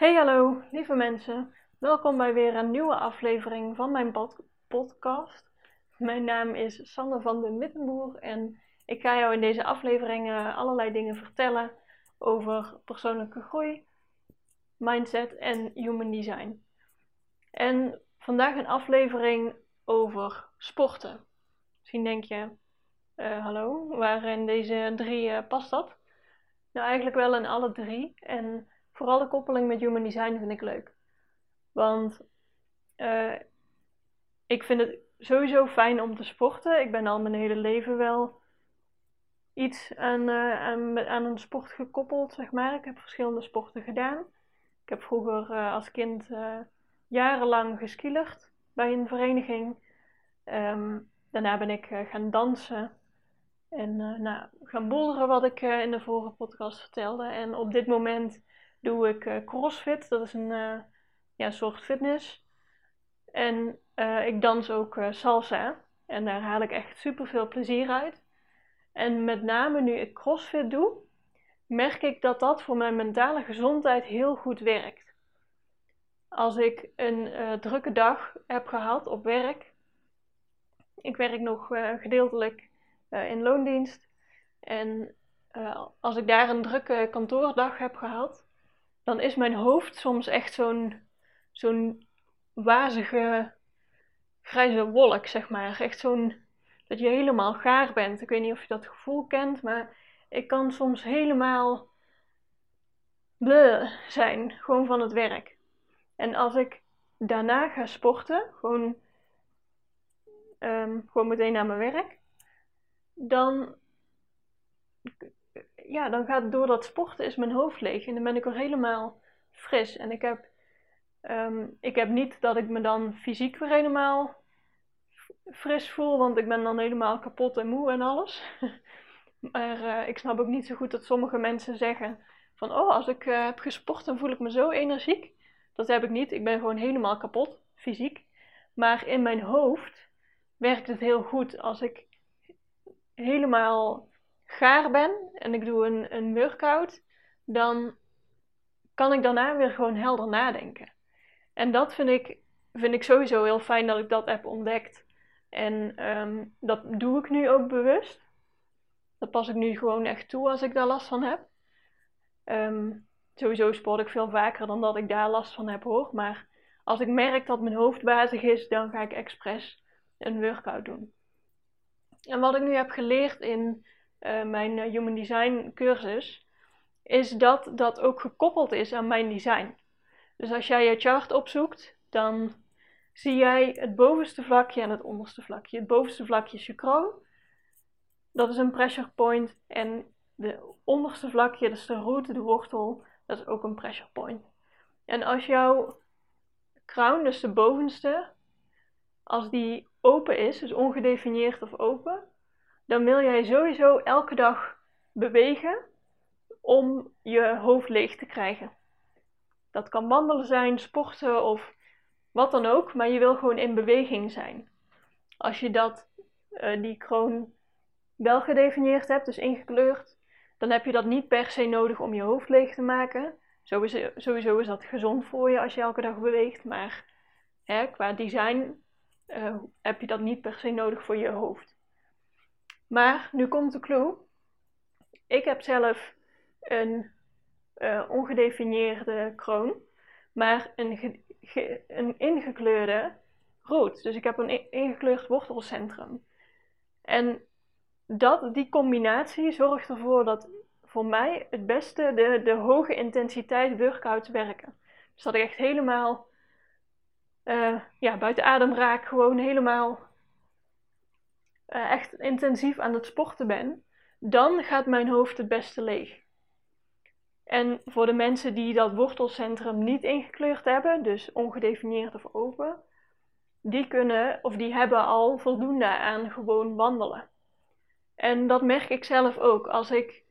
Hey hallo, lieve mensen. Welkom bij weer een nieuwe aflevering van mijn podcast. Mijn naam is Sanne van de Mittenboer en ik ga jou in deze aflevering allerlei dingen vertellen over persoonlijke groei, mindset en human design. En vandaag een aflevering over sporten. Misschien denk je, hallo, waar in deze drie past dat? Nou, eigenlijk wel in alle drie. En vooral de koppeling met human design vind ik leuk. Want ik vind het sowieso fijn om te sporten. Ik ben al mijn hele leven wel iets aan een sport gekoppeld, zeg maar. Ik heb verschillende sporten gedaan. Ik heb vroeger als kind jarenlang geskilerd bij een vereniging. Daarna ben ik gaan dansen. En gaan boulderen, wat ik in de vorige podcast vertelde. En op dit moment doe ik crossfit. Dat is een soort fitness. En ik dans ook salsa. En daar haal ik echt super veel plezier uit. En met name nu ik crossfit doe, merk ik dat dat voor mijn mentale gezondheid heel goed werkt. Als ik een drukke dag heb gehad op werk. Ik werk nog gedeeltelijk in loondienst. En als ik daar een drukke kantoordag heb gehad, dan is mijn hoofd soms echt zo'n wazige grijze wolk, zeg maar. Echt dat je helemaal gaar bent. Ik weet niet of je dat gevoel kent, maar ik kan soms helemaal bleh zijn, gewoon van het werk. En als ik daarna ga sporten, gewoon meteen naar mijn werk, dan gaat door dat sporten is mijn hoofd leeg en dan ben ik weer helemaal fris. En ik heb niet dat ik me dan fysiek weer helemaal fris voel, want ik ben dan helemaal kapot en moe en alles. Maar ik snap ook niet zo goed dat sommige mensen zeggen van, als ik heb gesport dan voel ik me zo energiek. Dat heb ik niet. Ik ben gewoon helemaal kapot, fysiek. Maar in mijn hoofd werkt het heel goed als ik helemaal gaar ben en ik doe een workout, dan kan ik daarna weer gewoon helder nadenken. En dat vind ik sowieso heel fijn dat ik dat heb ontdekt. En dat doe ik nu ook bewust. Dat pas ik nu gewoon echt toe als ik daar last van heb. Sowieso sport ik veel vaker dan dat ik daar last van heb, hoor. Maar als ik merk dat mijn hoofd bazig is, dan ga ik expres een workout doen. En wat ik nu heb geleerd in mijn Human Design cursus, is dat dat ook gekoppeld is aan mijn design. Dus als jij je chart opzoekt, dan zie jij het bovenste vlakje en het onderste vlakje. Het bovenste vlakje is je kroon. Dat is een pressure point. En de onderste vlakje, dat is de root, de wortel, dat is ook een pressure point. En als jouw crown, dus de bovenste, als die open is, dus ongedefinieerd of open, dan wil jij sowieso elke dag bewegen om je hoofd leeg te krijgen. Dat kan wandelen zijn, sporten of wat dan ook, maar je wil gewoon in beweging zijn. Als je die kroon wel gedefinieerd hebt, dus ingekleurd, dan heb je dat niet per se nodig om je hoofd leeg te maken. Sowieso is dat gezond voor je als je elke dag beweegt, maar qua design heb je dat niet per se nodig voor je hoofd. Maar nu komt de clue. Ik heb zelf een ongedefinieerde kroon, maar een ingekleurde root. Dus ik heb een ingekleurd wortelcentrum. En die combinatie zorgt ervoor dat voor mij het beste de hoge intensiteit workouts werken. Dus dat ik echt helemaal buiten adem raak, gewoon helemaal echt intensief aan het sporten ben. Dan gaat mijn hoofd het beste leeg. En voor de mensen die dat wortelcentrum niet ingekleurd hebben, dus ongedefinieerd of open, die hebben al voldoende aan gewoon wandelen. En dat merk ik zelf ook. Als ik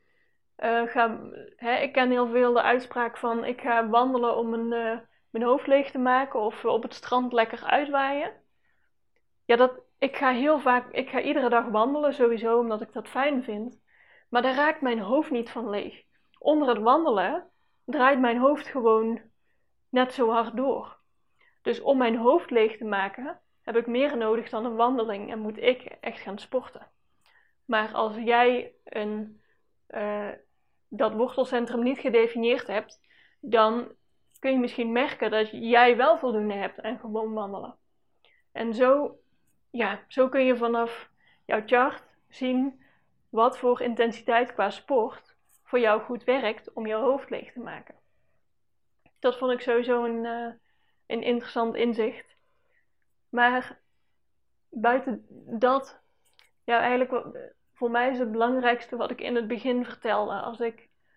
ik ken heel veel de uitspraak van ik ga wandelen om mijn hoofd leeg te maken of op het strand lekker uitwaaien. Ja, ik ga iedere dag wandelen sowieso omdat ik dat fijn vind. Maar daar raakt mijn hoofd niet van leeg. Onder het wandelen draait mijn hoofd gewoon net zo hard door. Dus om mijn hoofd leeg te maken, heb ik meer nodig dan een wandeling en moet ik echt gaan sporten. Maar als jij dat wortelcentrum niet gedefinieerd hebt, dan kun je misschien merken dat jij wel voldoende hebt aan gewoon wandelen. En zo kun je vanaf jouw chart zien wat voor intensiteit qua sport voor jou goed werkt om jouw hoofd leeg te maken. Dat vond ik sowieso een interessant inzicht. Maar buiten dat, eigenlijk voor mij is het belangrijkste wat ik in het begin vertelde.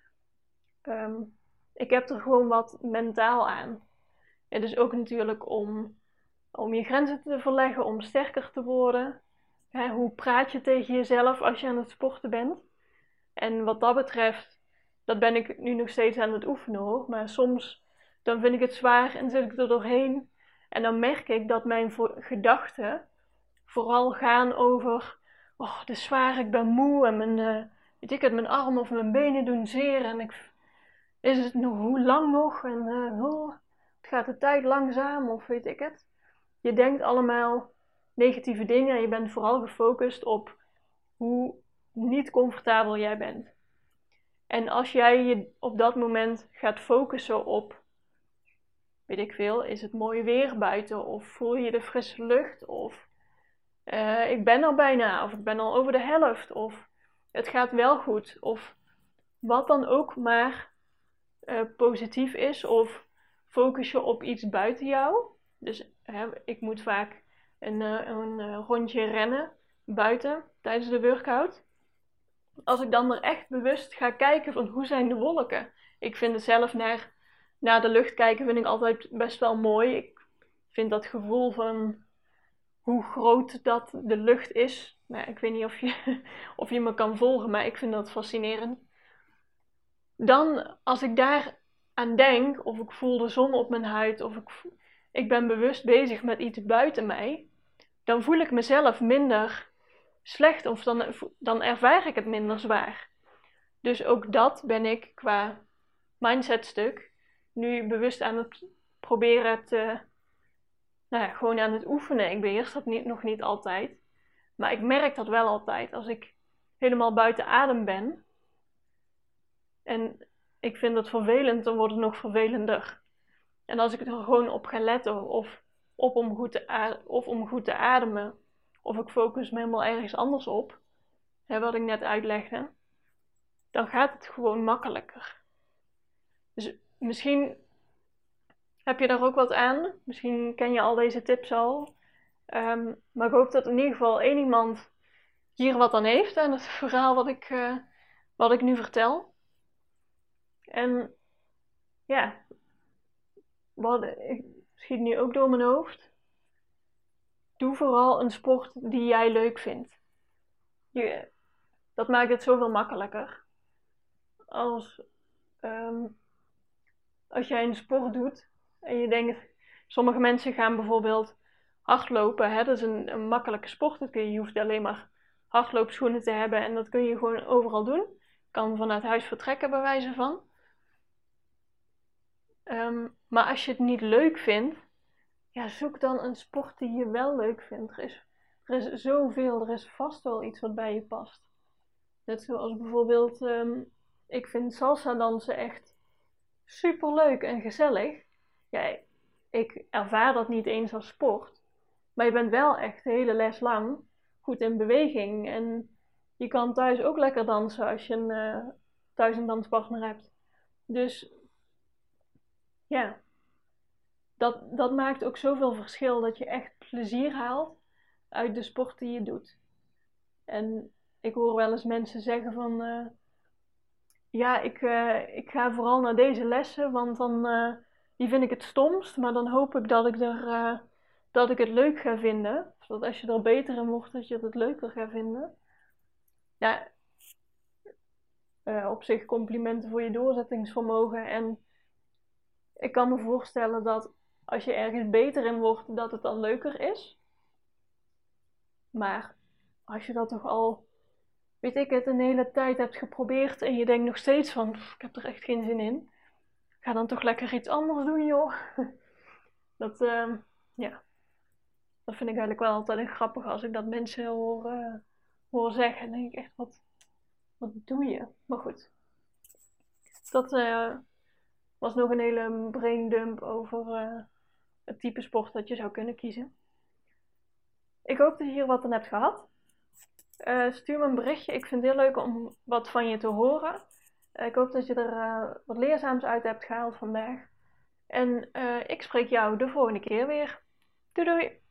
Ik heb er gewoon wat mentaal aan. En dus ook natuurlijk om je grenzen te verleggen, om sterker te worden. Hoe praat je tegen jezelf als je aan het sporten bent? En wat dat betreft, dat ben ik nu nog steeds aan het oefenen hoor. Maar soms dan vind ik het zwaar en zit ik er doorheen. En dan merk ik dat mijn gedachten vooral gaan over... Oh, het is zwaar, ik ben moe en mijn armen of mijn benen doen zeer. En is het nog, hoe lang nog? En het gaat de tijd langzaam of weet ik het. Je denkt allemaal negatieve dingen en je bent vooral gefocust op hoe niet comfortabel jij bent. En als jij je op dat moment gaat focussen op, weet ik veel, is het mooi weer buiten of voel je de frisse lucht of ik ben er bijna of ik ben al over de helft of het gaat wel goed of wat dan ook maar positief is of focus je op iets buiten jou. Dus ik moet vaak een rondje rennen buiten tijdens de workout. Als ik dan er echt bewust ga kijken van hoe zijn de wolken. Ik vind het zelf naar de lucht kijken vind ik altijd best wel mooi. Ik vind dat gevoel van hoe groot dat de lucht is. Nou, ik weet niet of je me kan volgen, maar ik vind dat fascinerend. Dan, als ik daar aan denk, of ik voel de zon op mijn huid, of ik ben bewust bezig met iets buiten mij, dan voel ik mezelf minder slecht, of dan ervaar ik het minder zwaar. Dus ook dat ben ik qua mindsetstuk nu bewust aan het proberen gewoon aan het oefenen. Ik beheers dat nog niet altijd. Maar ik merk dat wel altijd. Als ik helemaal buiten adem ben. En ik vind het vervelend, dan wordt het nog vervelender. En als ik er gewoon op ga letten. Of om goed te ademen. Of ik focus me helemaal ergens anders op. Wat ik net uitlegde. Dan gaat het gewoon makkelijker. Dus misschien heb je daar ook wat aan? Misschien ken je al deze tips al. Maar ik hoop dat in ieder geval één iemand hier wat aan heeft aan het verhaal wat ik nu vertel. En ja, ik schiet nu ook door mijn hoofd. Doe vooral een sport die jij leuk vindt. Dat maakt het zoveel makkelijker. Als jij een sport doet en je denkt, sommige mensen gaan bijvoorbeeld hardlopen. Dat is een makkelijke sport. Je hoeft alleen maar hardloopschoenen te hebben en dat kun je gewoon overal doen. Je kan vanuit huis vertrekken bij wijze van. Maar als je het niet leuk vindt, zoek dan een sport die je wel leuk vindt. Er is zoveel, er is vast wel iets wat bij je past. Net zoals bijvoorbeeld, ik vind salsa dansen echt super leuk en gezellig. Ja, ik ervaar dat niet eens als sport. Maar je bent wel echt de hele les lang goed in beweging. En je kan thuis ook lekker dansen als je thuis een danspartner hebt. Dus ja, dat maakt ook zoveel verschil dat je echt plezier haalt uit de sport die je doet. En ik hoor wel eens mensen zeggen van... ik ga vooral naar deze lessen, want dan die vind ik het stomst. Maar dan hoop ik dat ik het leuk ga vinden. Zodat als je er beter in wordt, dat je het leuker gaat vinden. Ja, op zich complimenten voor je doorzettingsvermogen. En ik kan me voorstellen dat als je ergens beter in wordt, dat het dan leuker is. Maar als je dat toch al, weet ik het, een hele tijd hebt geprobeerd en je denkt nog steeds van, ik heb er echt geen zin in. ga dan toch lekker iets anders doen, joh. Dat, ja, dat vind ik eigenlijk wel altijd grappig als ik dat mensen hoor zeggen. Dan denk ik echt, wat doe je? Maar goed, dat was nog een hele braindump over het type sport dat je zou kunnen kiezen. Ik hoop dat je hier wat aan hebt gehad. Stuur me een berichtje. Ik vind het heel leuk om wat van je te horen. Ik hoop dat je er wat leerzaams uit hebt gehaald vandaag. En ik spreek jou de volgende keer weer. Doei doei!